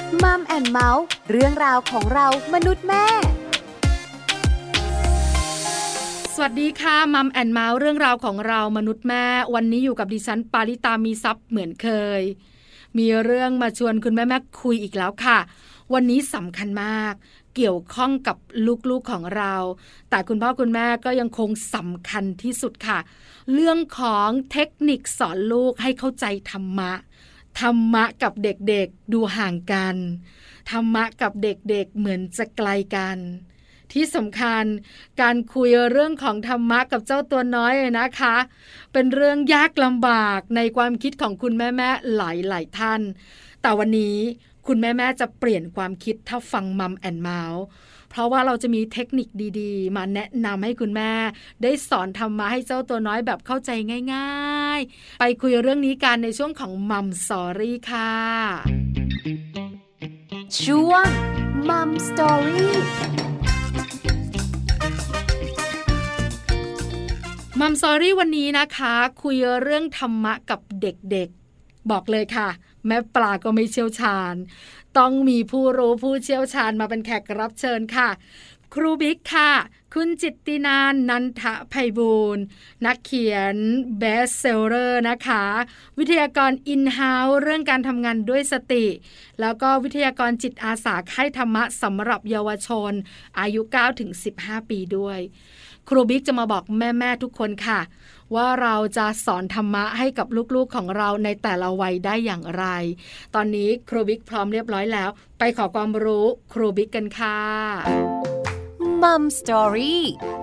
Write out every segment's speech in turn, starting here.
มัมแอนด์เมาส์เรื่องราวของเรามนุษย์แม่สวัสดีค่ะมัมแอนด์เมาส์เรื่องราวของเรามนุษย์แม่วันนี้อยู่กับดิฉันปาริตามีซับเหมือนเคยมีเรื่องมาชวนคุณแม่คุยอีกแล้วค่ะวันนี้สำคัญมากเกี่ยวข้องกับลูกๆของเราแต่คุณพ่อคุณแม่ก็ยังคงสำคัญที่สุดค่ะเรื่องของเทคนิคสอนลูกให้เข้าใจธรรมะกับเด็กๆดูห่างกันธรรมะกับเด็กๆเหมือนจะไกลกันที่สำคัญการคุยเรื่องของธรรมะกับเจ้าตัวน้อยนะคะเป็นเรื่องยากลำบากในความคิดของคุณแม่ๆหลายๆท่านแต่วันนี้คุณแม่ๆจะเปลี่ยนความคิดถ้าฟังมัมแอนด์เมาส์เพราะว่าเราจะมีเทคนิคดีๆมาแนะนำให้คุณแม่ได้สอนธรรมะให้เจ้าตัวน้อยแบบเข้าใจง่ายๆไปคุยเรื่องนี้กันในช่วงของมัมสตอรี่ค่ะช่วงมัมสตอรี่มัมสตอรี่วันนี้นะคะคุยเรื่องธรรมะกับเด็กๆบอกเลยค่ะแม่ปลาก็ไม่เชี่ยวชาญต้องมีผู้รู้ผู้เชี่ยวชาญมาเป็นแขกรับเชิญค่ะครูบิ๊กค่ะคุณจิตตินานท์ นันทไพบูลย์นักเขียนเบสเซลเลอร์นะคะวิทยากรอินเฮ้าส์เรื่องการทำงานด้วยสติแล้วก็วิทยากรจิตอาสาค่ายธรรมะสำหรับเยาวชนอายุ 9-15 ปีด้วยครูบิ๊กจะมาบอกแม่ๆทุกคนค่ะว่าเราจะสอนธรรมะให้กับลูกๆของเราในแต่ละวัยได้อย่างไรตอนนี้ครูบิ๊กพร้อมเรียบร้อยแล้วไปขอความรู้ครูบิ๊กกันค่ะมัมสตอรี่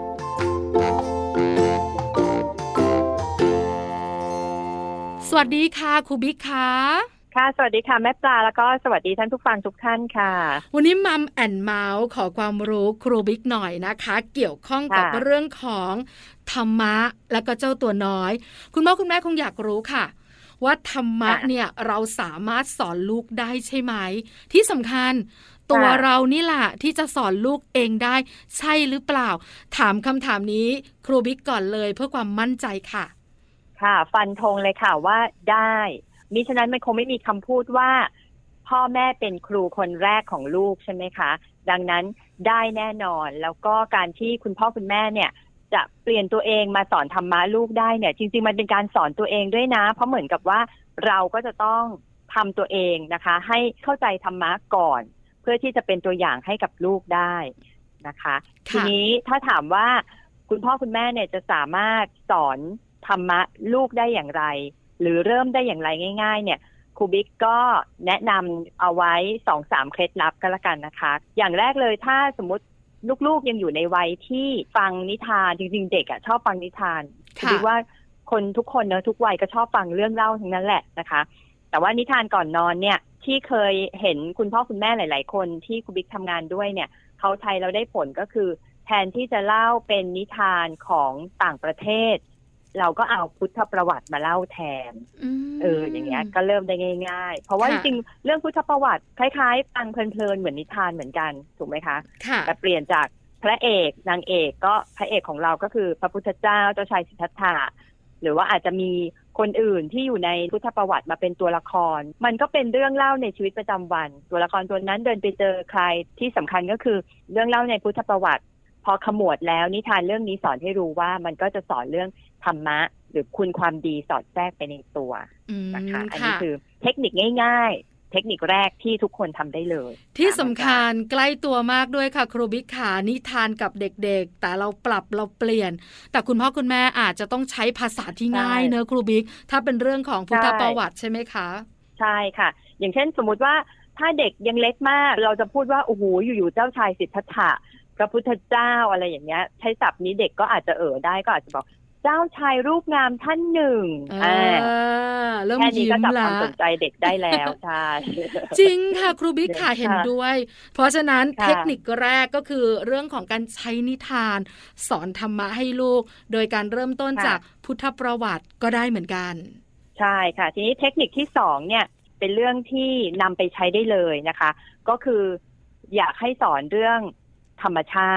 สวัสดีค่ะครูบิ๊กค่ะค่ะสวัสดีค่ะแม่ปลาแล้วก็สวัสดีท่านผู้ฟังทุกท่านค่ะวันนี้มัมแอนด์เมาส์ขอความรู้ครูบิ๊กหน่อยนะคะเกี่ยวข้องกับเรื่องของธรรมะแล้วก็เจ้าตัวน้อยคุณพ่อคุณแม่คงอยากรู้ค่ะว่าธรรมะเนี่ยเราสามารถสอนลูกได้ใช่ไหมที่สำคัญตัวเรานี่แหละที่จะสอนลูกเองได้ใช่หรือเปล่าถามคำถามนี้ครูบิ๊กก่อนเลยเพื่อความมั่นใจค่ะค่ะฟันธงเลยค่ะว่าได้มิฉะนั้นมันคงไม่มีคำพูดว่าพ่อแม่เป็นครูคนแรกของลูกใช่ไหมคะดังนั้นได้แน่นอนแล้วก็การที่คุณพ่อคุณแม่เนี่ยจะเปลี่ยนตัวเองมาสอนธรรมะลูกได้เนี่ยจริงๆมันเป็นการสอนตัวเองด้วยนะเพราะเหมือนกับว่าเราก็จะต้องทำตัวเองนะคะให้เข้าใจธรรมะก่อนเพื่อที่จะเป็นตัวอย่างให้กับลูกได้นะคะทีนี้ถ้าถามว่าคุณพ่อคุณแม่เนี่ยจะสามารถสอนธรรมะลูกได้อย่างไรหรือเริ่มได้อย่างไรง่ายๆเนี่ยครูบิ๊กก็แนะนำเอาไว้ 2-3 เคล็ดลับก็แล้วกันนะคะอย่างแรกเลยถ้าสมมติลูกๆยังอยู่ในวัยที่ฟังนิทานจริงๆเด็กชอบฟังนิทานครูบิ๊กว่าคนทุกคนเนอะทุกวัยก็ชอบฟังเรื่องเล่าทั้งนั้นแหละนะคะแต่ว่านิทานก่อนนอนเนี่ยที่เคยเห็นคุณพ่อคุณแม่หลายๆคนที่ครูบิ๊กทำงานด้วยเนี่ยเขาใช้เราได้ผลก็คือแทนที่จะเล่าเป็นนิทานของต่างประเทศเราก็เอาพุทธประวัติมาเล่าแทนอย่างเงี้ยก็เริ่มได้ง่ายๆเพราะว่าจริงๆเรื่องพุทธประวัติคล้ายๆฟังเพลินๆเหมือนนิทานเหมือนกันถูกไหมคะแต่เปลี่ยนจากพระเอกนางเอกก็พระเอกของเราก็คือพระพุทธเจ้าเจ้าชายสิทธัตถะหรือว่าอาจจะมีคนอื่นที่อยู่ในพุทธประวัติมาเป็นตัวละครมันก็เป็นเรื่องเล่าในชีวิตประจำวันตัวละครตัวนั้นเดินไปเจอใครที่สำคัญก็คือเรื่องเล่าในพุทธประวัติพอขมวดแล้วนิทานเรื่องนี้สอนให้รู้ว่ามันก็จะสอนเรื่องธรรมะหรือคุณความดีสอดแทรกไปในตัวนะคะอันนี้คือเทคนิคง่ายๆเทคนิคแรกที่ทุกคนทำได้เลยที่สำคัญใกล้ตัวมากด้วยค่ะครูบิ๊กขานิทานกับเด็กๆแต่เราปรับเราเปลี่ยนแต่คุณพ่อคุณแม่อาจจะต้องใช้ภาษาที่ง่ายเนอะครูบิ๊กถ้าเป็นเรื่องของพุทธประวัติใช่ไหมคะใช่ค่ะอย่างเช่นสมมุติว่าถ้าเด็กยังเล็กมากเราจะพูดว่าโอ้โหอยู่ๆเจ้าชายสิทธัตถะพระพุทธเจ้าอะไรอย่างเงี้ยใช้ศัพท์นี้เด็กก็อาจจะได้ก็อาจจะบอกเจ้าชายรูปงามท่านหนึ่งแค่นี้ก็จับความสนใจเด็กได้แล้วใช่จริงค่ะครูบิ๊กค่ะเห็นด้วยเพราะฉะนั้นเทคนิคแรกก็คือเรื่องของการใช้นิทานสอนธรรมะให้ลูกโดยการเริ่มต้นจากพุทธประวัติก็ได้เหมือนกันใช่ค่ะทีนี้เทคนิคที่2เนี่ยเป็นเรื่องที่นำไปใช้ได้เลยนะคะก็คืออยากให้สอนเรื่องธรรมชาติ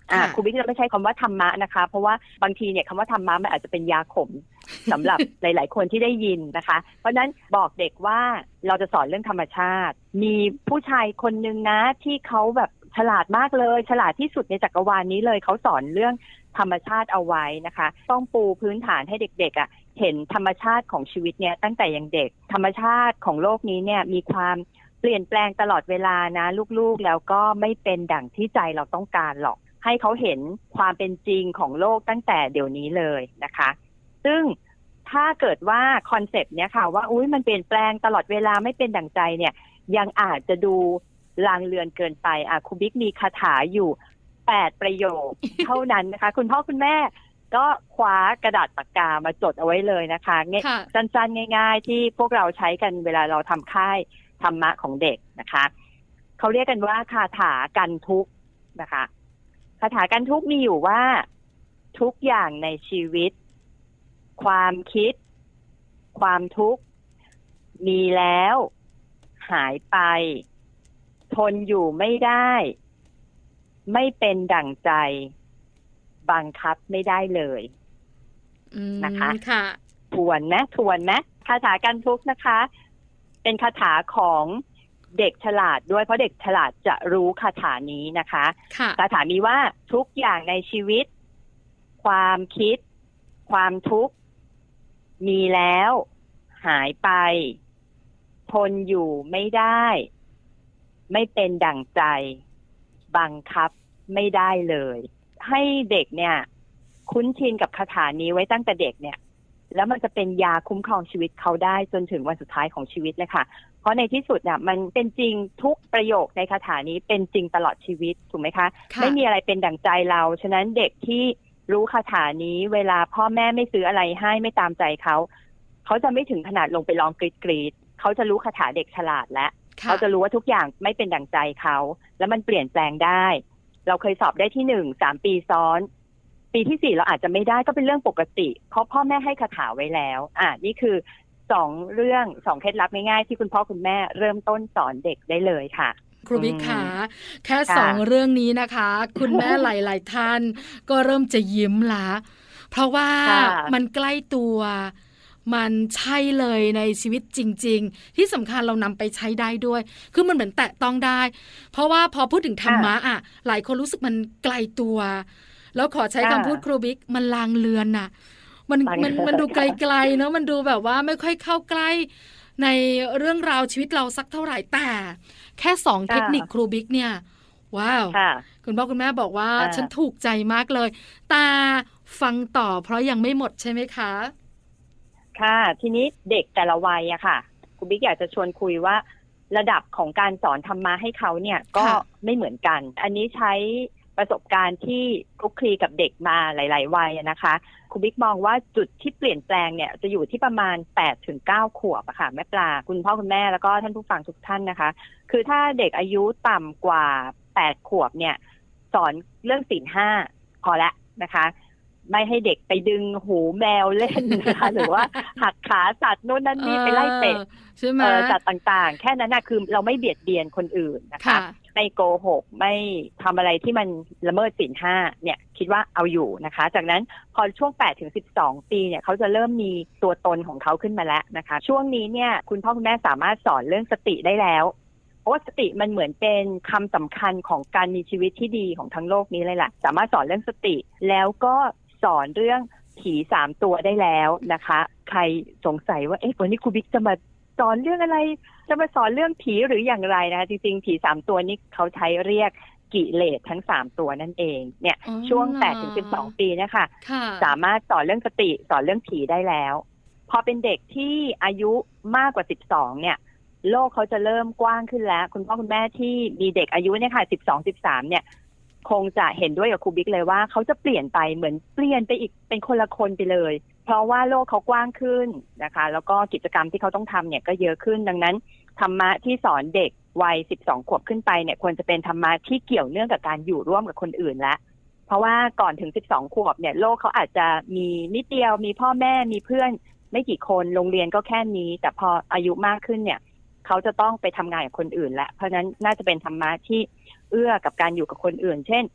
ครูบิ๊กจะไม่ใช้คำว่าธรรมะนะคะเพราะว่าบางทีเนี่ยคำว่าธรรมะมันอาจจะเป็นยาขมสำหรับ หลายๆคนที่ได้ยินนะคะเพราะฉะนั้นบอกเด็กว่าเราจะสอนเรื่องธรรมชาติมีผู้ชายคนนึงนะที่เขาแบบฉลาดมากเลยฉลาดที่สุดในจักรวาลนี้เลยเขาสอนเรื่องธรรมชาติเอาไว้นะคะต้องปูพื้นฐานให้เด็กๆเห็นธรรมชาติของชีวิตเนี่ยตั้งแต่ยังเด็กธรรมชาติของโลกนี้เนี่ยมีความเปลี่ยนแปลงตลอดเวลานะลูกๆแล้วก็ไม่เป็นดั่งที่ใจเราต้องการหรอกให้เขาเห็นความเป็นจริงของโลกตั้งแต่เดี๋ยวนี้เลยนะคะซึ่งถ้าเกิดว่าคอนเซปต์เนี้ยค่ะว่ามันเปลี่ยนแปลงตลอดเวลาไม่เป็นดั่งใจเนี่ยยังอาจจะดูลางเลือนเกินไปครูบิ๊กมีคาถาอยู่8ประโยค เท่านั้นนะคะคุณพ่อคุณแม่ก็คว้ากระดาษปากกามาจดเอาไว้เลยนะคะสั้นๆง่ายๆที่พวกเราใช้กันเวลาเราทำค่ายธรรมะของเด็กนะคะเขาเรียกกันว่าคาถากันทุกข์นะคะคาถากันทุกข์มีอยู่ว่าทุกอย่างในชีวิตความคิดความทุกข์มีแล้วหายไปทนอยู่ไม่ได้ไม่เป็นดั่งใจบังคับไม่ได้เลยนะคะทวนนะคาถากันทุกข์นะคะเป็นคาถาของเด็กฉลาดด้วยเพราะเด็กฉลาดจะรู้คาถานี้นะคะคาถามีว่าทุกอย่างในชีวิตความคิดความทุกข์มีแล้วหายไปทนอยู่ไม่ได้ไม่เป็นดั่งใจบังคับไม่ได้เลยให้เด็กเนี่ยคุ้นชินกับคาถานี้ไว้ตั้งแต่เด็กเนี่ยแล้วมันจะเป็นยาคุ้มครองชีวิตเขาได้จนถึงวันสุดท้ายของชีวิตเลยค่ะเพราะในที่สุดเนี่ยมันเป็นจริงทุกประโยคในคาถานี้เป็นจริงตลอดชีวิตถูกไหมคะไม่มีอะไรเป็นดั่งใจเราฉะนั้นเด็กที่รู้คาถานี้เวลาพ่อแม่ไม่ซื้ออะไรให้ไม่ตามใจเขาจะไม่ถึงขนาดลงไปร้องกรีดเขาจะรู้คาถาเด็กฉลาดแล้วเขาจะรู้ว่าทุกอย่างไม่เป็นดั่งใจเขาแล้วมันเปลี่ยนแปลงได้เราเคยสอบได้ที่1 3 ปีซ้อนปีที่4เราอาจจะไม่ได้ก็เป็นเรื่องปกติเพราะพ่อแม่ให้คาถาไว้แล้วนี่คือ2เรื่อง2เคล็ดลับง่ายๆที่คุณพ่อคุณแม่เริ่มต้นสอนเด็กได้เลยค่ะครูบิ๊กค่ะแค่2เรื่องนี้นะคะคุณแม่หลายๆท่านก็เริ่มจะยิ้มละเพราะว่ามันใกล้ตัวมันใช่เลยในชีวิตจริงๆที่สำคัญเรานำไปใช้ได้ด้วยคือมันเหมือนแตะต้องได้เพราะว่าพอพูดถึงธรรมะหลายคนรู้สึกมันไกลตัวแล้วขอใช้คำพูดครูบิ๊กมันลางเลือนมันดูไกลๆเนอะมันดูแบบว่าไม่ค่อยเข้าใกล้ในเรื่องราวชีวิตเราสักเท่าไหร่แต่แค่2เทคนิคครูบิ๊กเนี่ยว้าวคุณพ่อคุณแม่บอกว่าฉันถูกใจมากเลยแต่ฟังต่อเพราะยังไม่หมดใช่ไหมคะค่ะทีนี้เด็กแต่ละวัยอะค่ะครูบิ๊กอยากจะชวนคุยว่าระดับของการสอนธรรมะให้เขาเนี่ยก็ไม่เหมือนกันอันนี้ใช้ประสบการณ์ที่คลุกคลีกับเด็กมาหลายๆวัยนะคะครูบิ๊กมองว่าจุดที่เปลี่ยนแปลงเนี่ยจะอยู่ที่ประมาณ 8-9 ขวบอะค่ะแม่ปลาคุณพ่อคุณแม่แล้วก็ท่านผู้ฟังทุกท่านนะคะคือถ้าเด็กอายุต่ำกว่า8 ขวบเนี่ยสอนเรื่องศีล 5พอแล้วนะคะไม่ให้เด็กไปดึงหูแมวเล่นนะคะหรือว่าหักขาสัตว์โน่นนั่นนี่ไปไล่เตะสัตว์ต่างๆแค่นั้นนะคือเราไม่เบียดเบียนคนอื่นนะคะไม่โกหกไม่ทำอะไรที่มันละเมิดศีล 5เนี่ยคิดว่าเอาอยู่นะคะจากนั้นพอช่วง 8-12 ปีเนี่ยเขาจะเริ่มมีตัวตนของเขาขึ้นมาแล้วนะคะช่วงนี้เนี่ยคุณพ่อคุณแม่สามารถสอนเรื่องสติได้แล้วเพราะว่าสติมันเหมือนเป็นคำสำคัญของการมีชีวิตที่ดีของทั้งโลกนี้เลยแหละสามารถสอนเรื่องสติแล้วก็สอนเรื่องผี3 ตัวได้แล้วนะคะใครสงสัยว่าวันนี้ครูบิ๊กจะมาสอนเรื่องอะไรจะมาสอนเรื่องผีหรืออย่างไรนะคะจริงๆผี3 ตัวนี้เขาใช้เรียกกิเลสทั้ง3 ตัวนั่นเองเนี่ยช่วง 8-12 ปีนะคะสามารถสอนเรื่องสติสอนเรื่องผีได้แล้วพอเป็นเด็กที่อายุมากกว่า12เนี่ยโลกเขาจะเริ่มกว้างขึ้นแล้วคุณพ่อคุณแม่ที่มีเด็กอายุเนี่ยค่ะ12-13เนี่ยคงจะเห็นด้วยกับครูบิ๊กเลยว่าเขาจะเปลี่ยนไปเหมือนเปลี่ยนไปอีกเป็นคนละคนไปเลยเพราะว่าโลกเขากว้างขึ้นนะคะแล้วก็กิจกรรมที่เขาต้องทำเนี่ยก็เยอะขึ้นดังนั้นธรรมะที่สอนเด็กวัย12 ขวบขึ้นไปเนี่ยควรจะเป็นธรรมะที่เกี่ยวเนื่องกับการอยู่ร่วมกับคนอื่นแล้วเพราะว่าก่อนถึง12 ขวบเนี่ยโลกเขาอาจจะมีนิดเดียวมีพ่อแม่มีเพื่อนไม่กี่คนโรงเรียนก็แค่นี้แต่พออายุมากขึ้นเนี่ยเขาจะต้องไปทำงานกับคนอื่นแล้วเพราะนั้นน่าจะเป็นธรรมะที่เอื้อกับการอยู่กับคนอื่นเช่น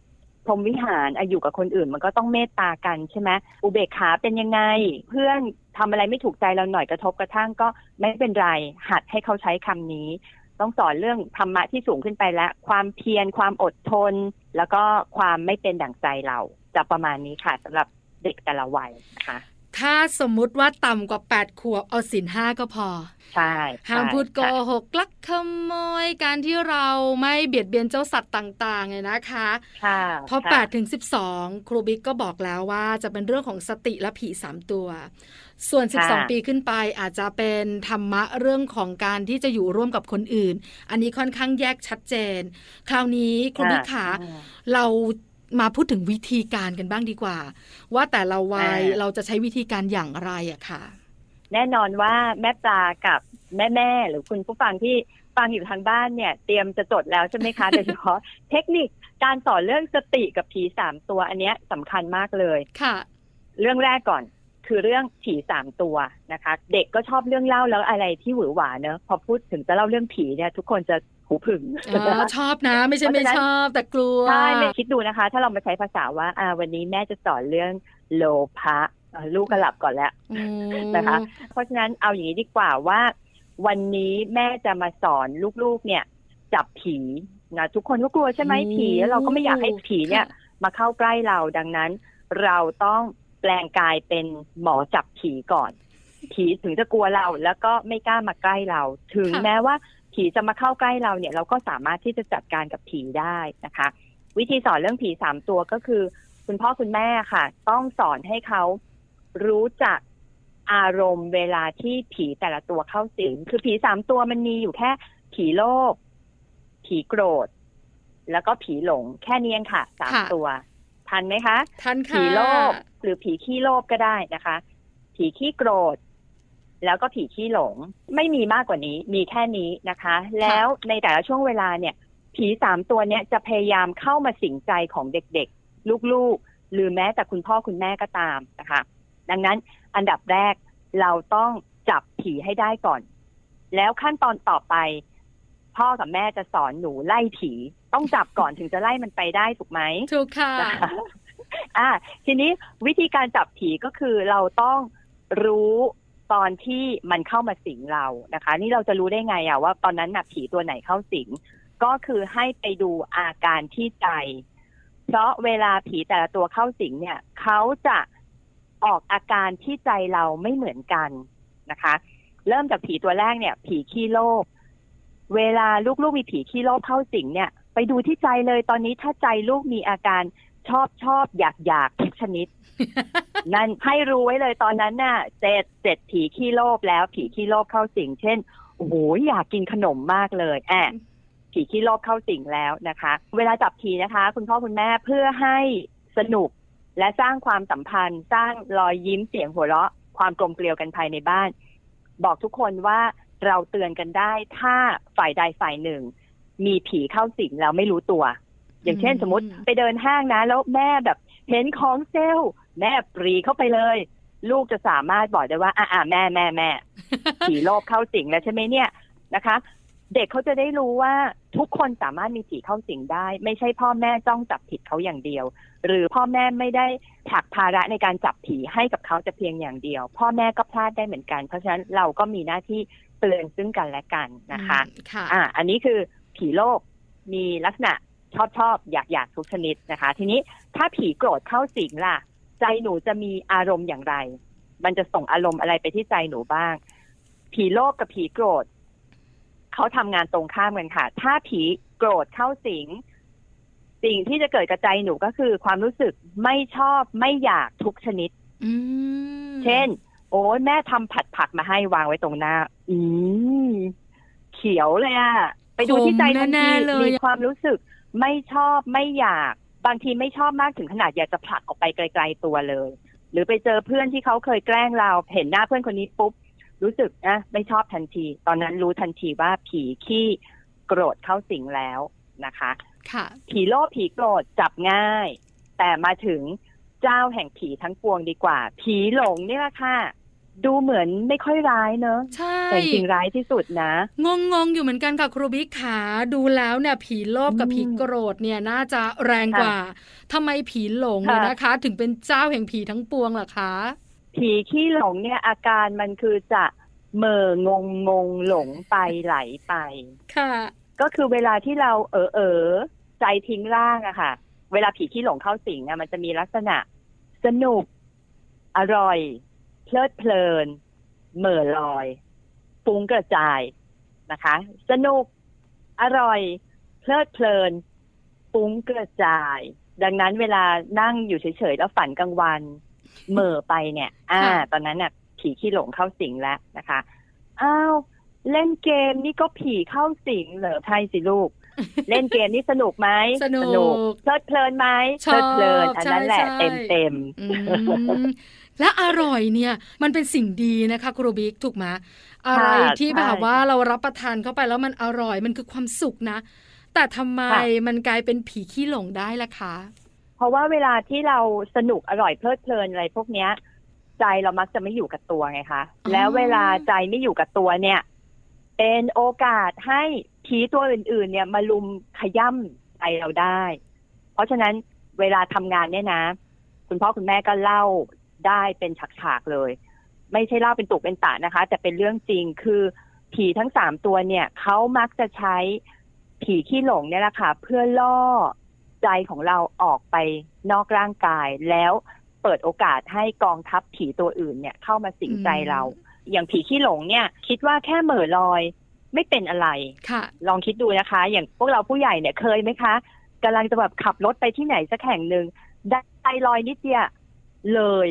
พรหมวิหารอยู่กับคนอื่นมันก็ต้องเมตตากันใช่ไหมอุเบกขาเป็นยังไงเพื่อนทำอะไรไม่ถูกใจเราหน่อยกระทบกระทั่งก็ไม่เป็นไรหัดให้เขาใช้คำนี้ต้องสอนเรื่องธรรมะที่สูงขึ้นไปแล้วความเพียรความอดทนแล้วก็ความไม่เป็นดั่งใจเราจะประมาณนี้ค่ะสำหรับเด็กแต่ละวัยนะคะถ้าสมมุติว่าต่ำกว่า8 ขวบเอาศีล 5ก็พอใช่ห้ามพูดโกหกลักขโมยการที่เราไม่เบียดเบียนเจ้าสัตว์ต่างๆเนี่ยนะคะพอ8 ถึง 12ครูบิ๊กก็บอกแล้วว่าจะเป็นเรื่องของสติและผี3 ตัวส่วน12 ปีขึ้นไปอาจจะเป็นธรรมะเรื่องของการที่จะอยู่ร่วมกับคนอื่นอันนี้ค่อนข้างแยกชัดเจนคราวนี้ครูบิ๊กขาเรามาพูดถึงวิธีการกันบ้างดีกว่าว่าแต่ละวัยเราจะใช้วิธีการอย่างไรอะค่ะแน่นอนว่าแม่ปลากับแม่หรือคุณผู้ฟังที่ฟังอยู่ทางบ้านเนี่ยเตรียมจะจดแล้วใช่ไหมคะ โดยเฉพาะเทคนิคการสอนเรื่องสติกับผี3 ตัวอันเนี้ยสำคัญมากเลยค่ะเรื่องแรกก่อนคือเรื่องผี3 ตัวนะคะเด็กก็ชอบเรื่องเล่าแล้วอะไรที่หวือหวาเนอะพอพูดถึงจะเล่าเรื่องผีเนี่ยทุกคนจะหูผึ่งชอบนะไม่ใช่ไม่ชอบแต่กลัวใช่ไม่คิดดูนะคะถ้าเรามาใช้ภาษาว่าวันนี้แม่จะสอนเรื่องโลภะลูกก็หลับก่อนแล้วนะคะเพราะฉะนั้นเอาอย่างนี้ดีกว่าว่าวันนี้แม่จะมาสอนลูกๆเนี่ยจับผีนะทุกคนก็กลัวใช่ไหมผีแล้วเราก็ไม่อยากให้ผีเนี่ยมาเข้าใกล้เราดังนั้นเราต้องแปลงกายเป็นหมอจับผีก่อนผีถึงจะกลัวเราแล้วก็ไม่กล้ามาใกล้เราถึงแม้ว่าผีจะมาเข้าใกล้เราเนี่ยเราก็สามารถที่จะจัดการกับผีได้นะคะวิธีสอนเรื่องผี3 ตัวก็คือคุณพ่อคุณแม่ค่ะต้องสอนให้เขารู้จักอารมณ์เวลาที่ผีแต่ละตัวเข้าสิงคือผี3 ตัวมันมีอยู่แค่ผีโลภผีโกรธแล้วก็ผีหลงแค่นี้เองค่ะ3 ตัวทันไหมคะทันค่ะผีโลภหรือผีขี้โลภก็ได้นะคะผีขี้โกรธแล้วก็ผีขี้หลงไม่มีมากกว่านี้มีแค่นี้นะคะแล้วในแต่ละช่วงเวลาเนี่ยผี3 ตัวเนี้ยจะพยายามเข้ามาสิงใจของเด็กๆลูกๆหรือแม้แต่คุณพ่อคุณแม่ก็ตามนะคะดังนั้นอันดับแรกเราต้องจับผีให้ได้ก่อนแล้วขั้นตอนต่อไปพ่อกับแม่จะสอนหนูไล่ผีต้องจับก่อนถึงจะไล่มันไปได้ถูกไหมถูกค่ะทีนี้วิธีการจับผีก็คือเราต้องรู้ตอนที่มันเข้ามาสิงเรานะคะนี่เราจะรู้ได้ไงว่าตอนนั้นน่ะผีตัวไหนเข้าสิงก็คือให้ไปดูอาการที่ใจเพราะเวลาผีแต่ละตัวเข้าสิงเนี่ยเขาจะออกอาการที่ใจเราไม่เหมือนกันนะคะเริ่มจากผีตัวแรกเนี่ยผีขี้โลภเวลาลูกๆมีผีขี้โลภเข้าสิงเนี่ยไปดูที่ใจเลยตอนนี้ถ้าใจลูกมีอาการชอบอยากทุกชนิด นั่นให้รู้ไว้เลยตอนนั้นน่ะเสร็จผีขี้โลภแล้วผีขี้โลภเข้าสิงเช่นโอ้โหอยากกินขนมมากเลยผีขี้โลภเข้าสิงแล้วนะคะเวลาจับผีนะคะคุณพ่อคุณแม่เพื่อให้สนุกและสร้างความสัมพันธ์สร้างรอยยิ้มเสียงหัวเราะความกลมเกลียวกันภายในบ้านบอกทุกคนว่าเราเตือนกันได้ถ้าฝ่ายใดฝ่ายหนึ่งมีผีเข้าสิงแล้วไม่รู้ตัวอย่างเช่นสมมติไปเดินห้างนะแล้วแม่แบบเห็นของเซลล์แม่ปรีเข้าไปเลยลูกจะสามารถบอกได้ว่าแม่ผีโลภเข้าสิงแล้วใช่ไหมเนี่ยนะคะเด็กเขาจะได้รู้ว่าทุกคนสามารถมีผีเข้าสิงได้ไม่ใช่พ่อแม่จ้องจับผิดเขาอย่างเดียวหรือพ่อแม่ไม่ได้ผลักภาระในการจับผีให้กับเขาจะเพียงอย่างเดียวพ่อแม่ก็พลาดได้เหมือนกันเพราะฉะนั้นเราก็มีหน้าที่เตือนซึ่งกันและกันนะคะอันนี้คือผีโลภมีลักษณะชอบอยากทุกชนิดนะคะทีนี้ถ้าผีโกรธเข้าสิงล่ะใจหนูจะมีอารมณ์อย่างไรมันจะส่งอารมณ์อะไรไปที่ใจหนูบ้างผีโลภกับผีโกรธเขาทำงานตรงข้ามกันค่ะถ้าผีโกรธเข้าสิงสิ่งที่จะเกิดกับใจหนูก็คือความรู้สึกไม่ชอบไม่อยากทุกชนิดเช่นโอ้ยแม่ทำผัดผักมาให้วางไว้ตรงหน้าเขียวเลยไปดูที่ใจทันทีมีความรู้สึกไม่ชอบไม่อยากบางทีไม่ชอบมากถึงขนาดอยากจะผลักออกไปไกลๆตัวเลยหรือไปเจอเพื่อนที่เขาเคยแกล้งเราเห็นหน้าเพื่อนคนนี้ปุ๊บรู้สึกไม่ชอบทันทีตอนนั้นรู้ทันทีว่าผีขี้โกรธเข้าสิงแล้วนะคะผีโลภผีโกรธจับง่ายแต่มาถึงเจ้าแห่งผีทั้งปวงดีกว่าผีหลงนี่แหละค่ะดูเหมือนไม่ค่อยร้ายเนอะใช่แต่จริงร้ายที่สุดนะงงอยู่เหมือนกันค่ะครูบิ๊กขาดูแล้วเนี่ยผีโลภกับผีโกรธเนี่ยน่าจะแรงกว่าทำไมผีหลงเนี่ยนะคะถึงเป็นเจ้าแห่งผีทั้งปวงล่ะคะผีขี้หลงเนี่ยอาการมันคือจะเหม่องงหลงไปไหลไปค่ะก็คือเวลาที่เราใจทิ้งร่างอะค่ะเวลาผีขี้หลงเข้าสิงอะมันจะมีลักษณะสนุกอร่อยเพลิดเพลินเหม่อลอยฟุ้งกระจายนะคะสนุกอร่อยเพลิดเพลินฟุ้งกระจายดังนั้นเวลานั่งอยู่เฉยๆแล้วฝันกลางวันเหม่อไปเนี่ยตอนนั้นน่ะผีขี้หลงเข้าสิงแล้วนะคะอ้าวเล่นเกมนี่ก็ผีเข้าสิงเหรอใช่สิลูก เล่นเกมนี่สนุกไหมสนุกเพลิดเพลินไหมเพลิดเพลินอันนั้นแหละเต็มและอร่อยเนี่ยมันเป็นสิ่งดีนะคะครูบิ๊กถูกไหมอะไรที่แบบว่าเรารับประทานเข้าไปแล้วมันอร่อยมันคือความสุขนะแต่ทำไมมันกลายเป็นผีขี้หลงได้ล่ะคะเพราะว่าเวลาที่เราสนุกอร่อยเพลิดเพลินอะไรพวกเนี้ยใจเรามักจะไม่อยู่กับตัวไงคะแล้วเวลาใจไม่อยู่กับตัวเนี่ยเป็นโอกาสให้ผีตัวอื่นๆเนี่ยมาลุมขย่ำใจเราได้เพราะฉะนั้นเวลาทำงานเนี่ยนะคุณพ่อคุณแม่ก็เล่าได้เป็นฉากๆเลยไม่ใช่เล่าเป็นตุเป็นตะนะคะแต่เป็นเรื่องจริงคือผีทั้ง3ตัวเนี่ยเขามักจะใช้ผีขี้หลงเนี่ยแหละค่ะเพื่อล่อใจของเราออกไปนอกร่างกายแล้วเปิดโอกาสให้กองทัพผีตัวอื่นเนี่ยเข้ามาสิงใจเราอย่างผีขี้หลงเนี่ยคิดว่าแค่เหม่อลอยไม่เป็นอะไรลองคิดดูนะคะอย่างพวกเราผู้ใหญ่เนี่ยเคยไหมคะกำลังจะแบบขับรถไปที่ไหนสักแห่งหนึ่งได้ลอยนิดเดียวเลย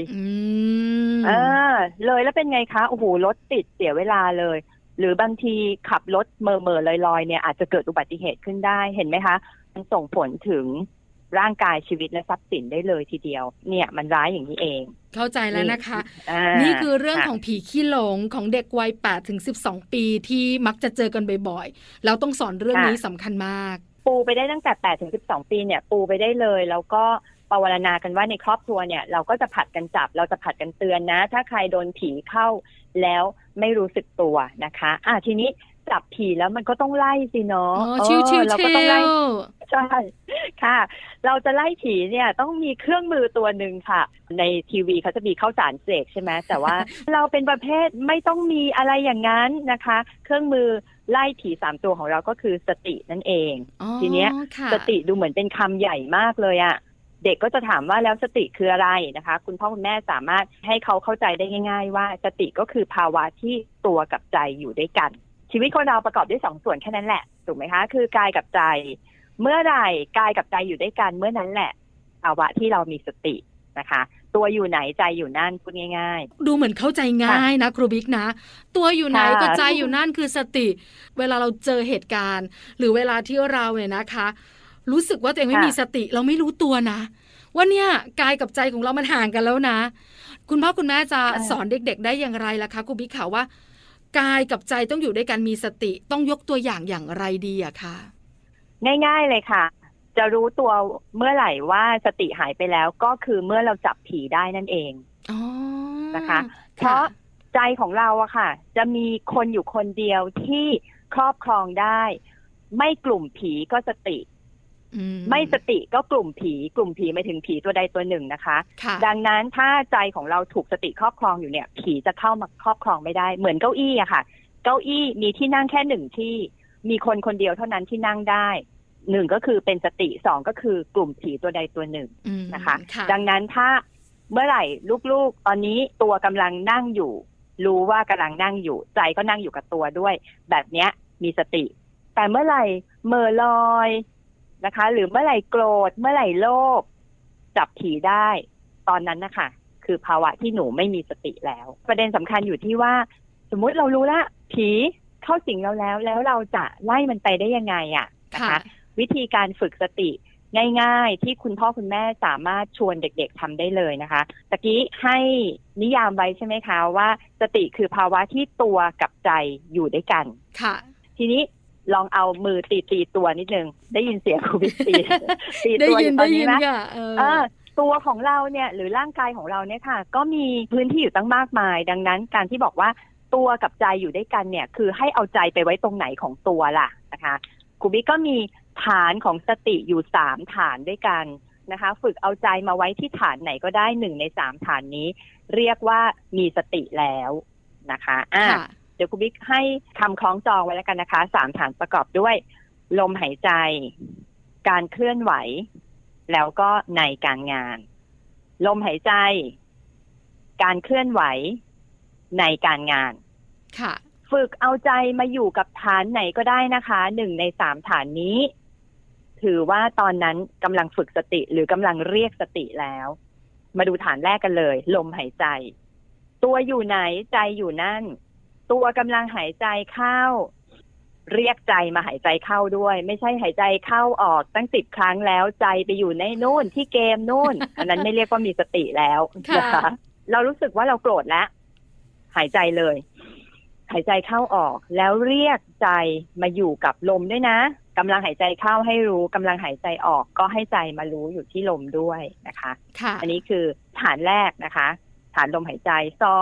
เลยแล้วเป็นไงคะโอ้โหรถติดเสียเวลาเลยหรือบางทีขับรถเม่อลอยเนี่ยอาจจะเกิดอุบัติเหตุขึ้นได้เห็นไหมคะมันส่งผลถึงร่างกายชีวิตและทรัพย์สินได้เลยทีเดียวเนี่ยมันร้ายอย่างนี้เองเข้าใจแล้วนะคะนี่คือเรื่องของผีขี้หลงของเด็กวัย8 ถึง 12 ปีที่มักจะเจอกันบ่อยๆแล้วต้องสอนเรื่องนี้สำคัญมากปูไปได้ตั้งแต่8 ถึง 12 ปีเนี่ยปูไปได้เลยแล้วก็ปวารณากันว่าในครอบครัวเนี่ยเราก็จะผัดกันจับเราจะผัดกันเตือนนะถ้าใครโดนผีเข้าแล้วไม่รู้สึกตัวนะคะทีนี้จับผีแล้วมันก็ต้องไล่สิเนาะเราก็ต้องไล่ใช่ค่ะเราจะไล่ผีเนี่ยต้องมีเครื่องมือตัวหนึ่งค่ะในทีวีเขาจะมีข้าวสารเสกใช่ไหมแต่ว่า เราเป็นประเภทไม่ต้องมีอะไรอย่างนั้นนะคะเครื่องมือไล่ผี3ตัวของเราก็คือสตินั่นเองทีเนี้ยสติดูเหมือนเป็นคำใหญ่มากเลยอะเด็กก็จะถามว่าแล้วสติคืออะไรนะคะคุณพ่อคุณแม่สามารถให้เขาเข้าใจได้ง่ายๆว่าสติก็คือภาวะที่ตัวกับใจอยู่ด้วยกันชีวิตคนเราประกอบด้วย2ส่วนแค่นั้นแหละถูกไหมคะคือกายกับใจเมื่อไหร่กายกับใจอยู่ด้วยกันเมื่อนั้นแหละภาวะที่เรามีสตินะคะตัวอยู่ไหนใจอยู่นั่นพูดง่ายๆดูเหมือนเข้าใจง่ายนะครูบิ๊กนะตัวอยู่ไหนก็ใจอยู่นั่นคือสติเวลาเราเจอเหตุการณ์หรือเวลาที่เราเนี่ยนะคะรู้สึกว่าตัวเองไม่มีสติเราไม่รู้ตัวนะว่าเนี่ยกายกับใจของเรามันห่างกันแล้วนะคุณพ่อคุณแม่จะสอนเด็กๆได้อย่างไรล่ะคะครูบิ๊กข่าวว่ากายกับใจต้องอยู่ด้วยกันมีสติต้องยกตัวอย่างไรดีอะคะง่ายๆเลยค่ะจะรู้ตัวเมื่อไหร่ว่าสติหายไปแล้วก็คือเมื่อเราจับผีได้นั่นเองนะคะเพราะใจของเราอะค่ะจะมีคนอยู่คนเดียวที่ครอบครองได้ไม่กลุ่มผีก็สติไม่สติก็กลุ่มผีหมายถึงผีตัวใดตัวหนึ่งนะคะดังนั้นถ้าใจของเราถูกสติครอบครองอยู่เนี่ยผีจะเข้ามาครอบครองไม่ได้เหมือนเก้าอี้อะค่ะเก้าอี้มีที่นั่งแค่1ที่มีคนคนเดียวเท่านั้นที่นั่งได้1ก็คือเป็นสติ2ก็คือกลุ่มผีตัวใดตัวหนึ่งนะคะดังนั้นถ้าเมื่อไหร่ลูกๆตอนนี้ตัวกำลังนั่งอยู่รู้ว่ากำลังนั่งอยู่ใจก็นั่งอยู่กับตัวด้วยแบบเนี้ยมีสติแต่เมื่อไหร่เหม่อลอยนะคะหรือเมื่อไหร่โกรธเมื่อไหร่โลภจับผีได้ตอนนั้นนะคะคือภาวะที่หนูไม่มีสติแล้วประเด็นสำคัญอยู่ที่ว่าสมมุติเรารู้ละผีเข้าสิงเราแล้วเราจะไล่มันไปได้ยังไงอะนะคะวิธีการฝึกสติง่ายๆที่คุณพ่อคุณแม่สามารถชวนเด็กๆทำได้เลยนะคะตะกี้ให้นิยามไว้ใช่ไหมคะว่าสติคือภาวะที่ตัวกับใจอยู่ด้วยกันค่ะทีนี้ลองเอามือตีตัวนิดนึงได้ยินเสียงครูบิ๊กตีตัวอยู่ตอนนี้ไหมตัวของเราเนี่ยหรือร่างกายของเราเนี่ยค่ะก็มีพื้นที่อยู่ตั้งมากมายดังนั้นการที่บอกว่าตัวกับใจอยู่ด้วยกันเนี่ยคือให้เอาใจไปไว้ตรงไหนของตัวล่ะนะคะครูบิ๊กก็มีฐานของสติอยู่3ฐานด้วยกันนะคะฝึกเอาใจมาไว้ที่ฐานไหนก็ได้1ใน3ฐานนี้เรียกว่ามีสติแล้วนะคะเดี๋ยวครูบิ๊กให้คำคล้องจองไว้แล้วกันนะคะ3ฐานประกอบด้วยลมหายใจการเคลื่อนไหวแล้วก็ในการงานลมหายใจการเคลื่อนไหวในการงานค่ะฝึกเอาใจมาอยู่กับฐานไหนก็ได้นะคะ1ใน3ฐานนี้ถือว่าตอนนั้นกำลังฝึกสติหรือกำลังเรียกสติแล้วมาดูฐานแรกกันเลยลมหายใจตัวอยู่ไหนใจอยู่นั่นตัวกำลังหายใจเข้าเรียกใจมาหายใจเข้าด้วยไม่ใช่หายใจเข้าออกตั้ง10 ครั้งแล้วใจไปอยู่ในนู่นที่เกมนู่น อันนั้นไม่เรียกว่ามีสติแล้วนะคะเรารู้สึกว่าเราโกรธแล้วหายใจเลยหายใจเข้าออกแล้วเรียกใจมาอยู่กับลมด้วยนะกำลังหายใจเข้าให้รู้กำลังหายใจออกก็ให้ใจมารู้อยู่ที่ลมด้วยนะคะอันนี้คือฐานแรกนะคะฐานลมหายใจ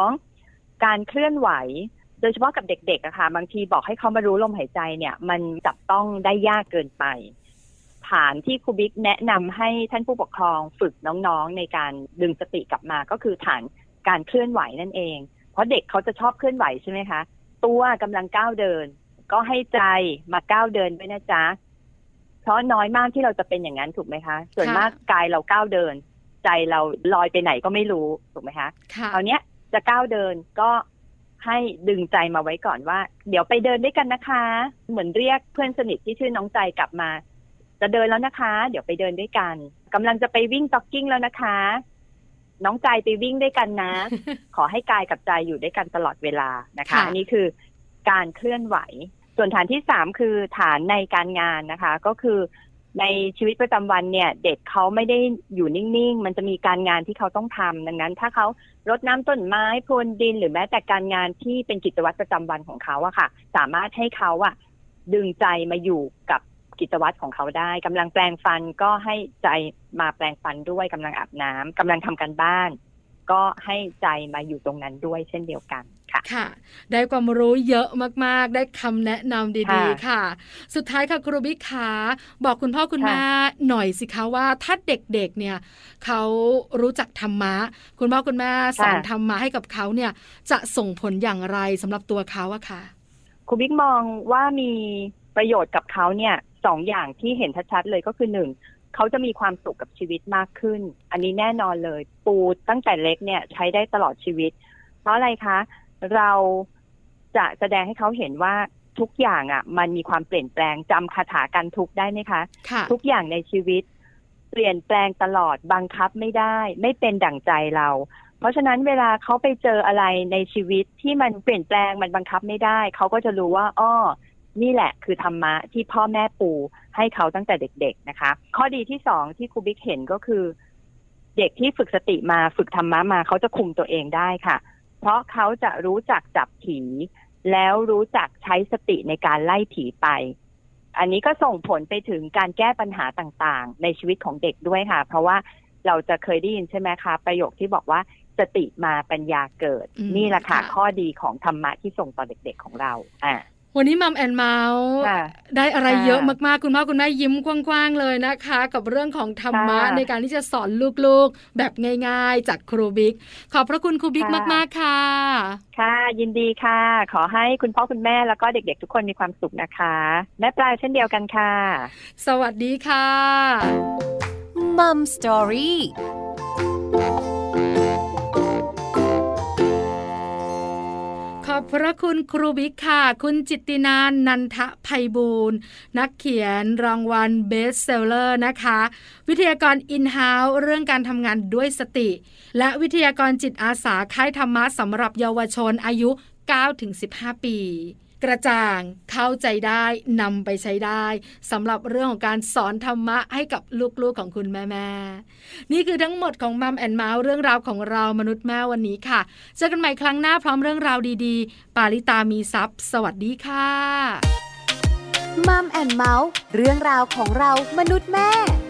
2การเคลื่อนไหวโดยเฉพาะกับเด็กๆอะค่ะบางทีบอกให้เขามารู้ลมหายใจเนี่ยมันจับต้องได้ยากเกินไปฐานที่ครูบิ๊กแนะนำให้ท่านผู้ปกครองฝึกน้องๆในการดึงสติกลับมาก็คือฐานการเคลื่อนไหวนั่นเองเพราะเด็กเขาจะชอบเคลื่อนไหวใช่ไหมคะตัวกำลังก้าวเดินก็ให้ใจมาก้าวเดินด้วยนะจ๊ะเพราะน้อยมากที่เราจะเป็นอย่างนั้นถูกไหมคะส่วนมากกายเราก้าวเดินใจเราลอยไปไหนก็ไม่รู้ถูกไหมคะคราวนี้จะก้าวเดินก็ให้ดึงใจมาไว้ก่อนว่าเดี๋ยวไปเดินด้วยกันนะคะเหมือนเรียกเพื่อนสนิทที่ชื่อน้องใจกลับมาจะเดินแล้วนะคะเดี๋ยวไปเดินด้วยกันกำลังจะไปวิ่งจ็อกกิ้งแล้วนะคะน้องใจไปวิ่งด้วยกันนะ ขอให้กายกับใจอยู่ด้วยกันตลอดเวลานะคะอันนี้คือการเคลื่อนไหวส่วนฐานที่3คือฐานในการงานนะคะก็คือในชีวิตประจำวันเนี่ยเด็กเขาไม่ได้อยู่นิ่งๆมันจะมีการงานที่เขาต้องทำดังนั้นถ้าเขารดน้ำต้นไม้พรวนดินหรือแม้แต่การงานที่เป็นกิจวัตรประจำวันของเขาอะค่ะสามารถให้เขาอะดึงใจมาอยู่กับกิจวัตรของเขาได้กำลังแปรงฟันก็ให้ใจมาแปรงฟันด้วยกำลังอาบน้ำกำลังทำการบ้านก็ให้ใจมาอยู่ตรงนั้นด้วยเช่นเดียวกันค่ะได้ความรู้เยอะมากๆได้คำแนะนำดีๆค่ะสุดท้ายค่ะครูบิ๊กขาบอกคุณพ่อคุณแม่หน่อยสิคะว่าถ้าเด็กๆเนี่ยเขารู้จักธรรมะคุณพ่อคุณแม่สอนธรรมะให้กับเขาเนี่ยจะส่งผลอย่างไรสำหรับตัวเขาอะค่ะครูบิ๊กมองว่ามีประโยชน์กับเขาเนี่ย2 อย่างที่เห็นชัดๆเลยก็คือ1เขาจะมีความสุขกับชีวิตมากขึ้นอันนี้แน่นอนเลยปูตั้งแต่เล็กเนี่ยใช้ได้ตลอดชีวิตเพราะอะไรคะเราจะแสดงให้เขาเห็นว่าทุกอย่างอ่ะมันมีความเปลี่ยนแปลงจำคาถากันทุกได้ไหมคะทุกอย่างในชีวิตเปลี่ยนแปลงตลอดบังคับไม่ได้ไม่เป็นดั่งใจเราเพราะฉะนั้นเวลาเขาไปเจออะไรในชีวิตที่มันเปลี่ยนแปลงมันบังคับไม่ได้เขาก็จะรู้ว่าอ้อนี่แหละคือธรรมะที่พ่อแม่ปูให้เขาตั้งแต่เด็กๆนะคะข้อดีที่2ที่ครูบิ๊กเห็นก็คือเด็กที่ฝึกสติมาฝึกธรรมะมาเขาจะคุมตัวเองได้ค่ะเพราะเขาจะรู้จักจับผีแล้วรู้จักใช้สติในการไล่ผีไปอันนี้ก็ส่งผลไปถึงการแก้ปัญหาต่างๆในชีวิตของเด็กด้วยค่ะเพราะว่าเราจะเคยได้ยินใช่ไหมคะประโยคที่บอกว่าสติมาปัญญาเกิดนี่แหละค่ะข้อดีของธรรมะที่ส่งต่อเด็กๆของเราวันนี้มัมแอนเมาส์ได้อะไรเยอะมากๆคุณพ่อคุณแม่ยิ้มกว้างๆเลยนะคะกับเรื่องของธรรมะในการที่จะสอนลูกๆแบบง่ายๆจากครูบิ๊กขอบพระคุณครูบิ๊กมากๆค่ะค่ะยินดีค่ะขอให้คุณพ่อคุณแม่แล้วก็เด็กๆทุกคนมีความสุขนะคะแม่ปลายเช่นเดียวกันค่ะสวัสดีค่ะมัมสตอรี่ขอบพระคุณครูบิ๊กค่ะคุณจิตตินันท์ นันทไพบูลย์นักเขียนรางวัลเบสเซลเลอร์นะคะวิทยากรอินเฮ้าส์เรื่องการทำงานด้วยสติและวิทยากรจิตอาสาค่ายธรรมะสำหรับเยาวชนอายุ 9-15 ปีกระจ่างเข้าใจได้นำไปใช้ได้สำหรับเรื่องของการสอนธรรมะให้กับลูกๆของคุณแม่ๆนี่คือทั้งหมดของมัมแอนด์เมาส์เรื่องราวของเรามนุษย์แม่วันนี้ค่ะเจอกันใหม่ครั้งหน้าพร้อมเรื่องราวดีๆปาริตามีทรัพย์สวัสดีค่ะมัมแอนด์เมาส์เรื่องราวของเรามนุษย์แม่